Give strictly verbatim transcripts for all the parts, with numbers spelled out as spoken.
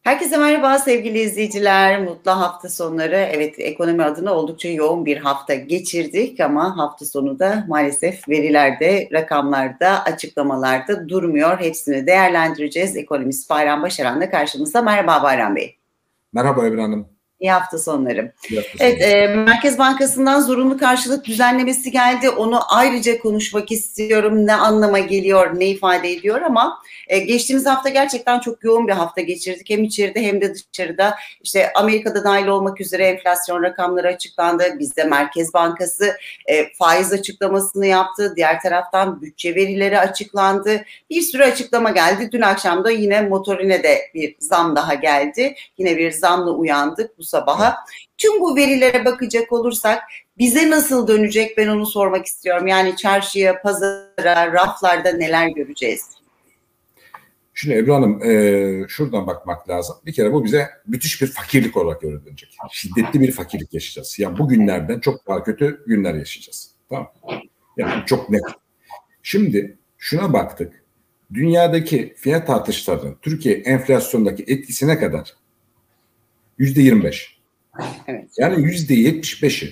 Herkese merhaba sevgili izleyiciler, mutlu hafta sonları. Evet, ekonomi adına oldukça yoğun bir hafta geçirdik ama hafta sonu da maalesef verilerde, rakamlarda, açıklamalarda durmuyor. Hepsini değerlendireceğiz. Ekonomist Bayram Başaran da karşımızda. Merhaba Bayram Bey. Merhaba Ebru Hanım. İyi hafta sonları. İyi hafta Evet, sonları. e, Merkez Bankası'ndan zorunlu karşılık düzenlemesi geldi. Onu ayrıca konuşmak istiyorum. Ne anlama geliyor, ne ifade ediyor ama e, geçtiğimiz hafta gerçekten çok yoğun bir hafta geçirdik. Hem içeride hem de dışarıda. İşte Amerika'da dahil olmak üzere enflasyon rakamları açıklandı. Bizde Merkez Bankası e, faiz açıklamasını yaptı. Diğer taraftan bütçe verileri açıklandı. Bir sürü açıklama geldi. Dün akşam da yine motorine de bir zam daha geldi. Yine bir zamla uyandık bu sabaha. Tüm bu verilere bakacak olursak bize nasıl dönecek, ben onu sormak istiyorum. Yani çarşıya, pazara, raflarda neler göreceğiz? Şimdi Ebru Hanım, e, şuradan bakmak lazım. Bir kere bu bize müthiş bir fakirlik olarak görünecek. Şiddetli bir fakirlik yaşayacağız. Yani bu günlerden çok daha kötü günler yaşayacağız. Tamam. Yani çok net. Şimdi şuna baktık. Dünyadaki fiyat artışlarının Türkiye enflasyondaki etkisine kadar yüzde yirmi beş. Evet. Yani yüzde yetmiş beşi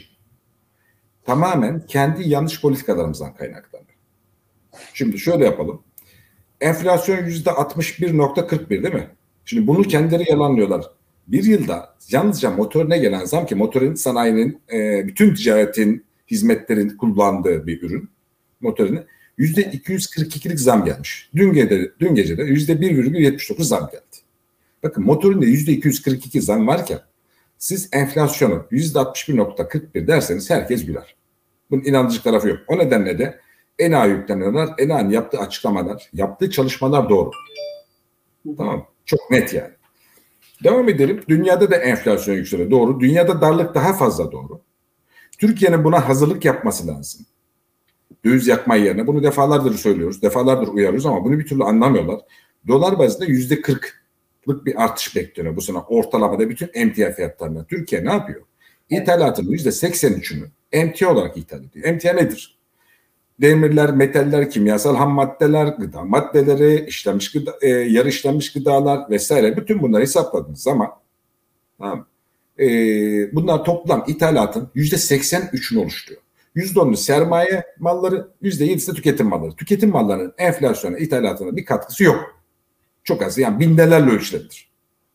tamamen kendi yanlış politikalarımızdan kaynaklanıyor. Şimdi şöyle yapalım. Enflasyon yüzde altmış bir nokta kırk bir değil mi? Şimdi bunu kendileri yalanlıyorlar. Bir yılda yalnızca motorine gelen zam, ki motorin sanayinin, e, bütün ticaretin, hizmetlerin kullandığı bir ürün, motorine yüzde iki yüz kırk ikilik zam gelmiş. Dün gece, dün gece de yüzde bir virgül yetmiş dokuz zam geldi. Bakın motorinde yüzde iki yüz kırk iki zam varken siz enflasyonu yüzde altmış bir nokta kırk bir derseniz herkes güler. Bunun inandırıcı tarafı yok. O nedenle de E N A yükleniyorlar. E N A'nın yaptığı açıklamalar, yaptığı çalışmalar doğru. Tamam. Çok net yani. Devam edelim. Dünyada da enflasyon yükseliyor. Doğru. Dünyada darlık daha fazla, doğru. Türkiye'nin buna hazırlık yapması lazım. Döviz yakma yerine. Bunu defalardır söylüyoruz. Defalardır uyarıyoruz ama bunu bir türlü anlamıyorlar. Dolar bazında yüzde kırklık bir artış bekleniyor bu sene ortalamada bütün emtia fiyatlarında. Türkiye ne yapıyor? İthalatın yüzde seksen üçünü emtia olarak ithal ediyor. Emtia nedir? Demirler, metaller, kimyasal ham maddeler, gıda maddeleri, işlenmiş gıda, e, yarı işlenmiş gıdalar vesaire, bütün bunları hesapladığınız zaman tamam, e, bunlar toplam ithalatın yüzde seksen üçünü oluşturuyor. Yüzde onu sermaye malları, yüzde yedisi de tüketim malları. Tüketim mallarının enflasyona, ithalatına bir katkısı yok. Çok az, yani binlerlerle ölçülebilir.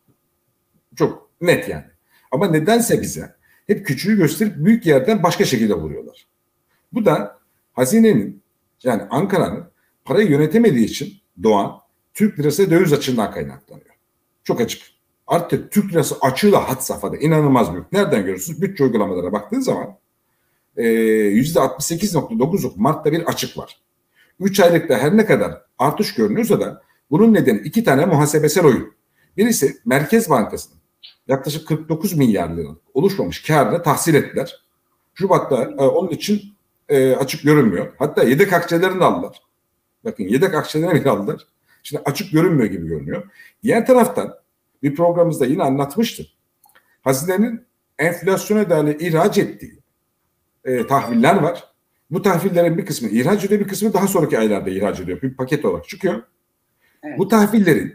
Çok net yani. Ama nedense bize hep küçüğü gösterip büyük yerden başka şekilde vuruyorlar. Bu da hazinenin, yani Ankara'nın parayı yönetemediği için doğan Türk lirası döviz açığından kaynaklanıyor. Çok açık. Artık Türk lirası açığı da had safhada, inanılmaz büyük. Nereden görüyorsunuz? Bütçe uygulamalarına baktığın zaman yüzde altmış sekiz nokta dokuzluk Mart'ta bir açık var. üç aylıkta her ne kadar artış görünüyorsa da bunun nedeni iki tane muhasebesel oyun. Birisi Merkez Bankası'nın yaklaşık kırk dokuz milyar liralık oluşmamış karını tahsil ettiler. Şubat'ta e, onun için e, açık görünmüyor. Hatta yedek akçelerini aldılar. Bakın, yedek akçelerini bile aldılar. Şimdi açık görünmüyor gibi görünüyor. Diğer taraftan bir programımızda yine anlatmıştım. Hazinenin enflasyona dayalı ihraç ettiği e, tahviller var. Bu tahvillerin bir kısmı ihraç ediyor, bir kısmı daha sonraki aylarda ihraç ediyor. Bir paket olarak çıkıyor. Evet. Bu tahvillerin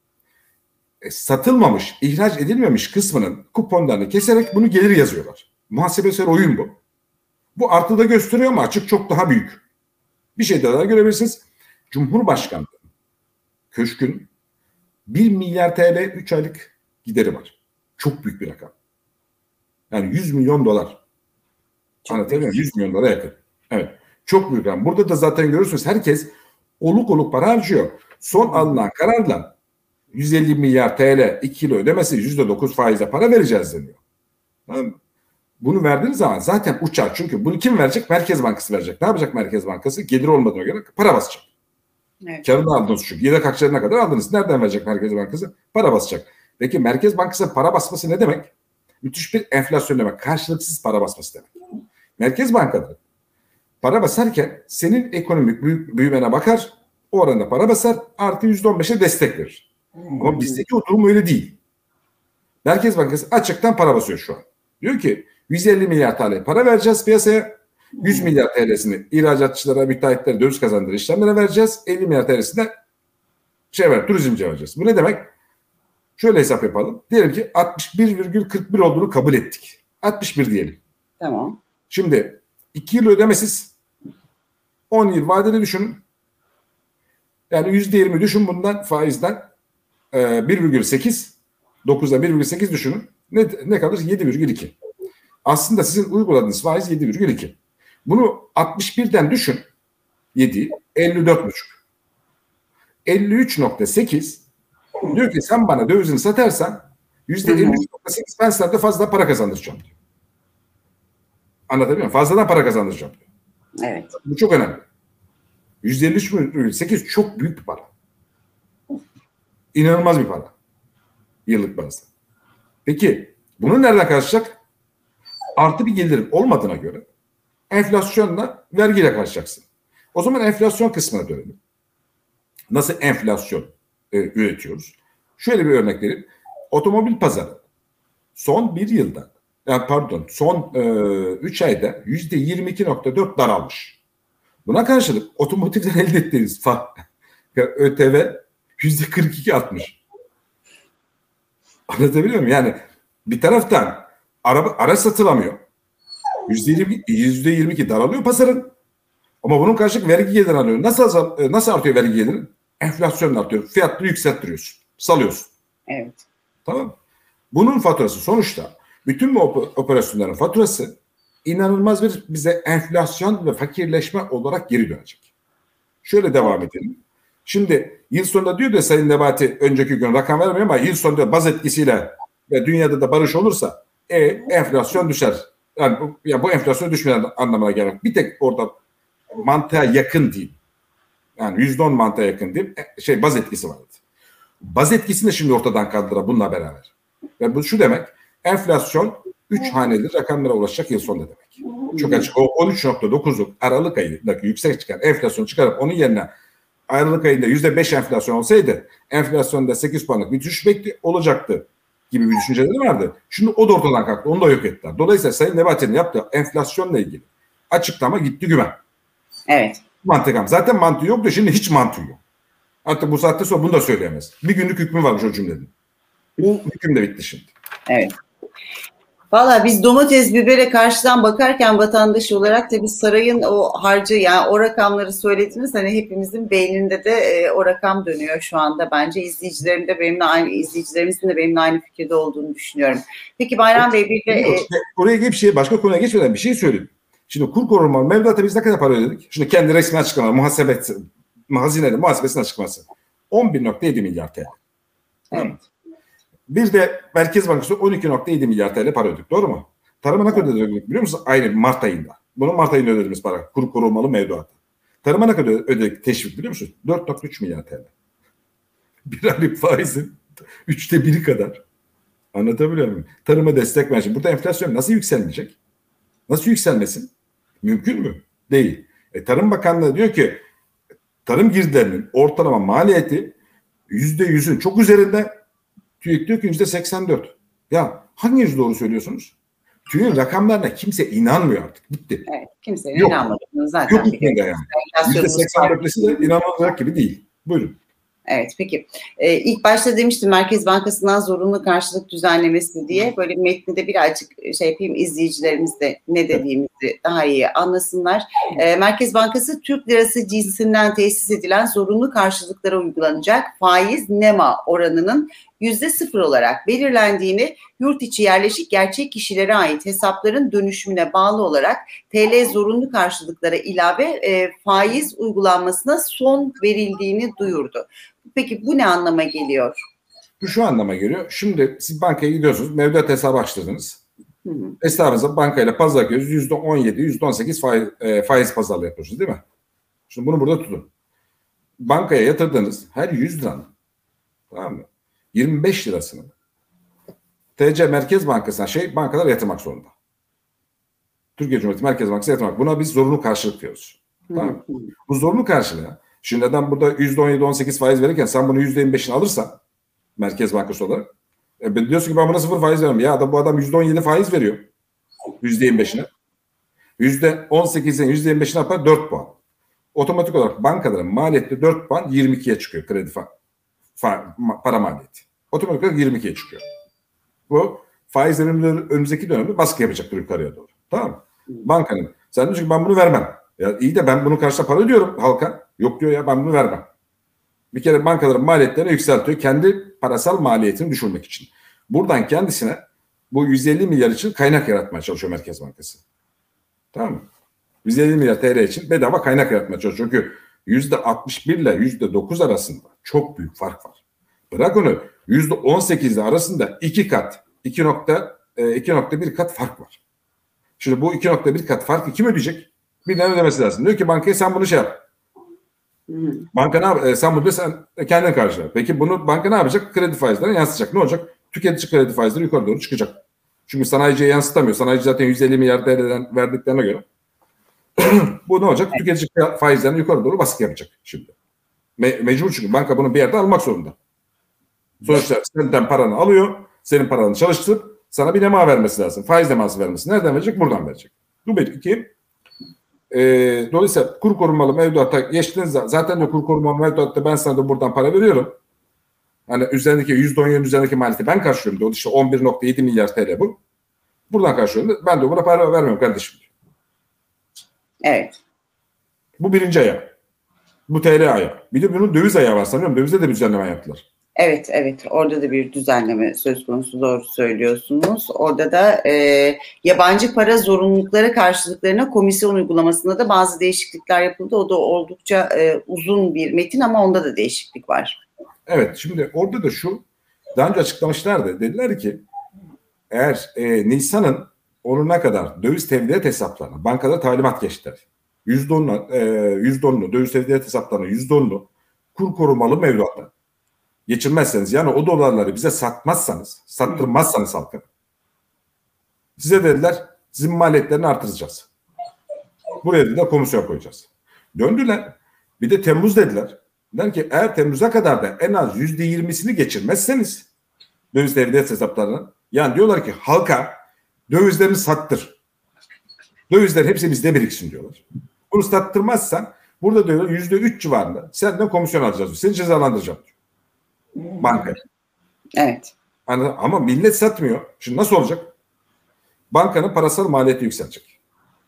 e, satılmamış, ihraç edilmemiş kısmının kuponlarını keserek bunu gelir yazıyorlar. Muhasebesel oyun bu. Bu artıda gösteriyor ama açık çok daha büyük. Bir şey daha görebilirsiniz. Cumhurbaşkanlığı köşkün bir milyar T L üç aylık gideri var. Çok büyük bir rakam. Yani yüz milyon dolar. Anlatabiliyor muyum? yüz milyon dolara yakın. Evet. Çok büyük rakam. Burada da zaten görürsünüz herkes oluk oluk para harcıyor. Son alınan kararla yüz elli milyar T L iki yıl ödemesi yüzde dokuz faizle para vereceğiz deniyor. Tamam mı? Bunu verdiğiniz zaman zaten uçar. Çünkü bunu kim verecek? Merkez Bankası verecek. Ne yapacak Merkez Bankası? Gelir olmadığına göre para basacak. Evet. Karını aldınız çünkü. Yedek akçelerine kadar aldınız. Nereden verecek Merkez Bankası? Para basacak. Peki Merkez Bankası'nın para basması ne demek? Müthiş bir enflasyon demek. Karşılıksız para basması demek. Merkez Bankaları para basarken senin ekonomik büyü büyümene bakar. O oranda para basar. Artı yüzde on beşe destek verir. Hmm. Ama bizdeki o durum öyle değil. Merkez Bankası açıktan para basıyor şu an. Diyor ki yüz elli milyar T L para vereceğiz piyasaya. yüz milyar T L'sini ihracatçılara, müteahhitlere, döviz kazandığı işlemlere vereceğiz. elli milyar T L'sini de şey ver, turizmciye vereceğiz. Bu ne demek? Şöyle hesap yapalım. Diyelim ki altmış bir virgül kırk bir olduğunu kabul ettik. altmış bir diyelim. Tamam. Şimdi iki yıl ödemesiz, on yıl vadeli düşünün. Yani yüzde yirmi düşün bundan, faizden bir virgül sekiz, dokuzda bir virgül sekiz düşünün. Ne, ne kalır? yedi virgül iki. Aslında sizin uyguladığınız faiz yedi virgül iki. Bunu altmış birden düşün. yedi, elli dört buçuk. elli üç nokta sekiz diyor ki sen bana dövizini satarsan yüzde elli üç nokta sekiz ben sana da fazla para kazandıracağım diyor. Anlatabiliyor muyum? Fazladan para kazandıracağım diyor. Evet. Bu çok önemli. yüzde elli üç virgül sekiz çok büyük bir para. İnanılmaz bir para. Yıllık bazda. Peki bunu nereden karşılayacak? Artı bir gelirim olmadığına göre enflasyonla vergiyle karşılayacaksın. O zaman enflasyon kısmına dönelim. Nasıl enflasyon e, üretiyoruz? Şöyle bir örnek vereyim. Otomobil pazarı son bir yılda, yani pardon son üç e, ayda yüzde yirmi iki nokta dört daralmış. Buna karşılık otomotivden elde ettiğiniz ÖTV yüzde kırk iki artmış. Anlatabiliyor muyum? Yani bir taraftan araba araç satılamıyor. yüzde yirmi, yüzde yirmi iki daralıyor pazarın. Ama bunun karşılık vergi geliri alıyor. Nasıl nasıl artıyor vergi geliri? Enflasyonla artıyor. Fiyatları yükselttiriyorsun. Salıyorsun. Evet. Tamam. Bunun faturası sonuçta bütün bu operasyonların faturası inanılmaz bir bize enflasyon ve fakirleşme olarak geri dönecek. Şöyle devam edelim. Şimdi yıl sonunda diyor da Sayın Nebati önceki gün rakam vermiyor ama yıl sonunda baz etkisiyle ve dünyada da barış olursa e, enflasyon düşer. Yani bu, ya bu enflasyon düşmeyen anlamına gelir. Bir tek orada mantığa yakın değil. Yani yüzde on mantığa yakın değil. Şey baz etkisi vardı. Baz etkisini de şimdi ortadan kaldıra bununla beraber. Ve bu şu demek, enflasyon üç haneli rakamlara ulaşacak yıl sonunda demek. Çok açık. O on üç nokta dokuzluk Aralık ayındaki yüksek çıkan enflasyonu çıkarıp onun yerine Aralık ayında yüzde beş enflasyon olsaydı enflasyonda sekiz puanlık bir düşüş bekli olacaktı gibi bir düşünceleri vardı. Şimdi o da ortadan kalktı. Onu da yok ettiler. Dolayısıyla Sayın Nebati'nin yaptığı enflasyonla ilgili açıklama gitti güven. Evet. Mantık. Zaten mantığı yoktu. Şimdi hiç mantığı yok. Hatta bu saatte sonra bunu da söyleyemez. Bir günlük hükmü varmış o cümlenin. Bu hüküm de bitti şimdi. Evet. Valla biz domates, bibere karşıdan bakarken vatandaş olarak tabii sarayın o harcı yani o rakamları söylediniz hani hepimizin beyninde de e, o rakam dönüyor şu anda bence izleyicilerim de benimle aynı izleyicilerimizin de benimle aynı fikirde olduğunu düşünüyorum. Peki Bayram Bey bir de e, oraya bir şey başka konuya geçmeden bir şey söyleyeyim. Şimdi kur korumalı mevduata biz ne kadar para ödedik? Şimdi kendi resmi açıklama muhasebet hazineli muhasebesinin açıklaması on bir nokta yedi milyar T L. Evet. Bir de Merkez Bankası on iki nokta yedi milyar T L para ödedik. Doğru mu? Tarıma ne kadar ödedik biliyor musunuz? Aynı Mart ayında. Bunun Mart ayında ödediğimiz para. Kur korumalı mevduat. Tarıma ne kadar ödedik teşvik biliyor musunuz? dört nokta üç milyar T L. Bir aylık faizin üçte biri kadar. Anlatabiliyor muyum? Tarıma destek ver. Burada enflasyon nasıl yükselmeyecek? Nasıl yükselmesin? Mümkün mü? Değil. E, Tarım Bakanlığı diyor ki tarım girdilerinin ortalama maliyeti yüzde yüzün çok üzerinde. TÜİK diyor ki yüzde seksen dört. Ya hanginiz doğru söylüyorsunuz? TÜİK'in rakamlarına kimse inanmıyor artık. Bitti. Evet, kimsenin inanmadığını zaten yok biliyoruz. Yani. yüzde seksen dörtlesi de inanılacak gibi değil. Buyurun. Evet peki. Ee, ilk başta demiştim Merkez Bankası'ndan zorunlu karşılık düzenlemesi diye böyle metninde birazcık şey yapayım izleyicilerimiz de ne dediğimizi daha iyi anlasınlar. Ee, Merkez Bankası Türk Lirası cinsinden tesis edilen zorunlu karşılıklara uygulanacak faiz nema oranının yüzde sıfır olarak belirlendiğini, yurt içi yerleşik gerçek kişilere ait hesapların dönüşümüne bağlı olarak T L zorunlu karşılıklara ilave e, faiz uygulanmasına son verildiğini duyurdu. Peki bu ne anlama geliyor? Bu şu anlama geliyor. Şimdi siz bankaya gidiyorsunuz, mevduat hesabı açtırdınız. Hı hı. Hesabınıza bankayla pazar yapıyoruz. yüzde on yedi, yüzde on sekiz faiz, e, faiz pazarlığı yapıyorsunuz değil mi? Şimdi bunu burada tutun. Bankaya yatırdığınız her yüz liranın, tamam mı? yirmi beş lirasını T C Merkez Bankası'na şey bankalar yatırmak zorunda. Türkiye Cumhuriyeti Merkez Bankası yatırmak. Buna biz zorunlu karşılık diyoruz. Tamam mı? Bu zorunlu karşılığı. Şimdi adam burada yüzde on yedi on sekiz faiz verirken sen bunu yüzde yirmi beşini alırsan Merkez Bankası olarak e, diyorsun ki ben buna sıfır faiz veriyorum. Ya adam, bu adam yüzde on yedi faiz veriyor. yüzde yirmi beşine. yüzde on sekizin yüzde yirmi beşine yapar dört puan. Otomatik olarak bankaların maliyeti dört puan yirmi ikiye çıkıyor kredi fa, fa, para maliyeti. Otomatik olarak yirmi ikiye çıkıyor. Bu faizlerin önümüzdeki dönemde baskı yapacaktır yukarıya doğru. Tamam mı? Bankanın. Sen diyorsun ki ben bunu vermem. Ya iyi de ben bunun karşısında para ödüyorum halka. Yok diyor ya ben bunu vermem. Bir kere bankaların maliyetlerini yükseltiyor. Kendi parasal maliyetini düşürmek için. Buradan kendisine bu yüz elli milyar için kaynak yaratmaya çalışıyor Merkez Bankası. Tamam mı? yüz elli milyar T L için bedava kaynak yaratmaya çalışıyor. Çünkü yüzde altmış bir ile yüzde dokuz arasında çok büyük fark var. Bırak onu yüzde on sekiz arasında iki kat, iki nokta bir kat fark var. Şimdi bu iki nokta bir kat farkı kim ödeyecek? Birden ödemesi lazım. Diyor ki bankaya sen bunu şey yap. Hmm. Banka ne yap? Sen bunu sen kendin karşıla. Peki bunu banka ne yapacak? Kredi faizlerine yansıtacak. Ne olacak? Tüketici kredi faizleri yukarı doğru çıkacak. Çünkü sanayiciye yansıtamıyor. Sanayici zaten yüz elli milyar T L'den verdiklerine göre. Bu ne olacak? Tüketici faizlerine yukarı doğru baskı yapacak şimdi. Me- mecbur çünkü banka bunu bir yerde almak zorunda. Sonuçta senden paranı alıyor. Senin paranı çalıştırıp sana bir nema vermesi lazım. Faiz neması vermesi. Nereden verecek? Buradan verecek. Bu bir. İki. E, dolayısıyla kur korumalı mevduata geçtiğiniz zaman zaten de kur korumalı mevduatta ben sana da buradan para veriyorum. Hani üzerindeki yüzde on üzerindeki maliyeti ben karşılıyorum. O işte on bir nokta yedi milyar T L bu. Buradan karşılıyorum. Ben de buna para vermiyorum kardeşim. Evet. Bu birinci ayağı. Bu T L ayağı. Bir de bunun döviz ayağı var sanıyorum. Dövizde de bir düzenleme yaptılar. Evet, evet. Orada da bir düzenleme söz konusu, doğru söylüyorsunuz. Orada da e, yabancı para zorunlulukları karşılıklarına komisyon uygulamasında da bazı değişiklikler yapıldı. O da oldukça e, uzun bir metin ama onda da değişiklik var. Evet, şimdi orada da şu, daha önce açıklamışlardı. Dediler ki eğer e, Nisan'ın onuna kadar döviz tevdiat hesaplarına bankada talimat geçtiler. yüzde onlu, e, yüzde onlu döviz tevdiat hesaplarına yüzde onlu kur korumalı mevduatlar geçirmezseniz, yani o dolarları bize satmazsanız, sattırmazsanız halka, size dediler sizin maliyetlerini artıracağız. Buraya dediler komisyon koyacağız. Döndüler. Bir de Temmuz dediler. Dediler ki eğer Temmuz'a kadar da en az yüzde yirmisini geçirmezseniz döviz tevdiat hesaplarına, yani diyorlar ki halka dövizlerini sattır. Dövizler hepsi bizde biriksin diyorlar. Bunu sattırmazsan burada diyorlar yüzde üç civarında senden komisyon alacağız. Seni cezalandıracağım diyor. Banka. Evet. Yani, ama millet satmıyor. Şimdi nasıl olacak? Bankanın parasal maliyeti yükselecek.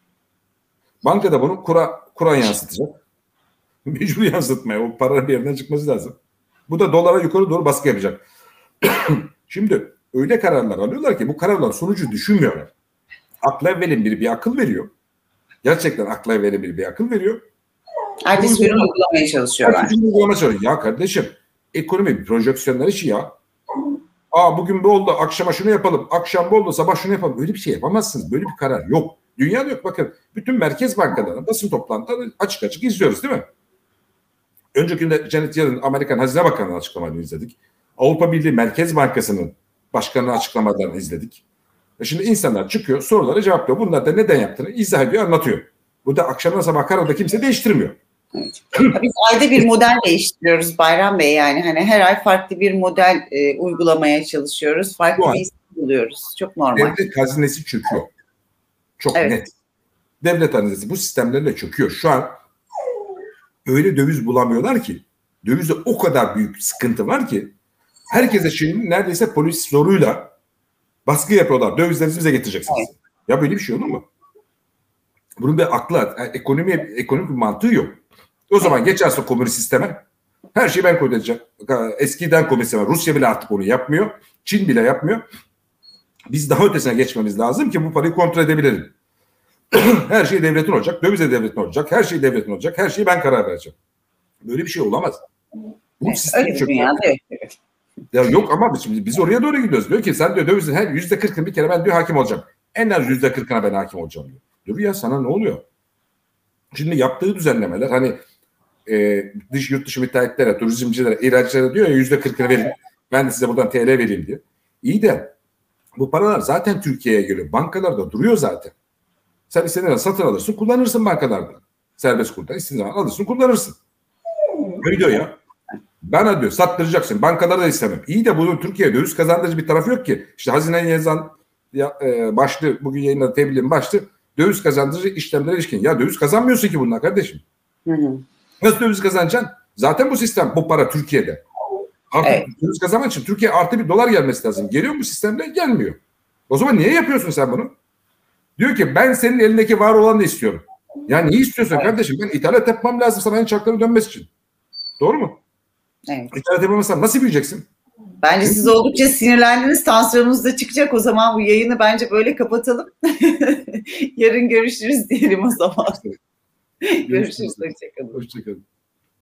Banka da bunu kura, kura yansıtacak. Mecbur yansıtmaya. O paranın bir yerden çıkması lazım. Bu da dolara yukarı doğru baskı yapacak. Şimdi öyle kararlar alıyorlar ki bu kararlar sonucu düşünmüyorlar. Akla evvelin biri bir akıl veriyor. Gerçekten akla evvelin biri bir akıl veriyor. Ertesi gün uygulamaya çalışıyorlar. Ertesi gün uygulamaya çalışıyor. Ya kardeşim, ekonomi projeksiyonlar işi ya. Aa bugün bu oldu, akşama şunu yapalım, akşam bu oldu, sabah şunu yapalım. Öyle bir şey yapamazsınız. Böyle bir karar yok. Dünyada yok. Bakın bütün merkez bankalarının basın toplantıları açık açık izliyoruz değil mi? Önceki günde Janet Yellen Amerikan Hazine Bakanı'nın açıklamalarını izledik. Avrupa Birliği Merkez Bankası'nın başkanının açıklamalarını izledik. E şimdi insanlar çıkıyor, sorulara cevaplıyor. Bunlar da neden yaptığını izah ediyor, anlatıyor. Bu da akşamdan sabah kararda kimse değiştirmiyor. Evet. Biz ayda bir model değiştiriyoruz Bayram Bey, yani hani her ay farklı bir model e, uygulamaya çalışıyoruz. Farklı bir isim buluyoruz. Çok normal. Devlet hazinesi çöküyor. Çok evet. Net. Devlet hazinesi bu sistemlerle çöküyor. Şu an öyle döviz bulamıyorlar ki, dövizde o kadar büyük sıkıntı var ki herkese şimdi neredeyse polis zoruyla baskı yapıyorlar. Dövizlerinizi bize getireceksiniz. Evet. Ya böyle bir şey olur mu? Bunun bir aklı, yani ekonomi, ekonomik bir mantığı yok. O zaman geçerse komünist sisteme her şeyi ben koyacağım. Eskiden komünist sisteme, Rusya bile artık onu yapmıyor. Çin bile yapmıyor. Biz daha ötesine geçmemiz lazım ki bu parayı kontrol edebilelim. Her şey devletin olacak, döviz de devletin olacak, her şey devletin olacak, her şeyi ben karar vereceğim. Böyle bir şey olamaz. Bu evet, öyle bir dünyada evet. Ya yok ama biz, biz oraya doğru gidiyoruz. Diyor ki sen diyor dövizin her yüzde kırkını bir kere ben diyor hakim olacağım. En az yüzde kırkına ben hakim olacağım diyor. Diyor ya sana ne oluyor? Şimdi yaptığı düzenlemeler hani e, dış yurt dışı müteahhitlere, turizmcilere, ihracatçılara diyor ya yüzde kırkını verin. Ben de size buradan T L vereyim diye. İyi de bu paralar zaten Türkiye'ye geliyor. Bankalarda duruyor zaten. Sen istediğin satın alırsın, kullanırsın bankalarda. Serbest kurdan istediğin zaman alırsın, kullanırsın. Öyle diyor ya. Bana diyor sattıracaksın. Bankaları da istemem. İyi de bunun Türkiye'ye döviz kazandırıcı bir tarafı yok ki. İşte hazineye yazan ya, e, başlığı, bugün yayınladığı tebliğin başlığı döviz kazandırıcı işlemlere ilişkin. Ya döviz kazanmıyorsun ki bunlar kardeşim. Hı hı. Nasıl döviz kazanacaksın? Zaten bu sistem, bu para Türkiye'de. Artık Evet. döviz kazanmak için Türkiye artı bir dolar gelmesi lazım. Geliyor mu sistemde? Gelmiyor. O zaman niye yapıyorsun sen bunu? Diyor ki ben senin elindeki var olanı istiyorum. Ya niye istiyorsun Evet. kardeşim? Ben ithalat yapmam lazım sanayinin çarkları dönmesi için. Doğru mu? Evet. İthalat yapamazsan nasıl büyüyeceksin? Bence Çünkü... siz oldukça sinirlendiniz. Tansiyonunuz da çıkacak. O zaman bu yayını bence böyle kapatalım. Yarın görüşürüz diyelim o zaman. Görüşürüz. Hoşçakalın. Hoşçakalın.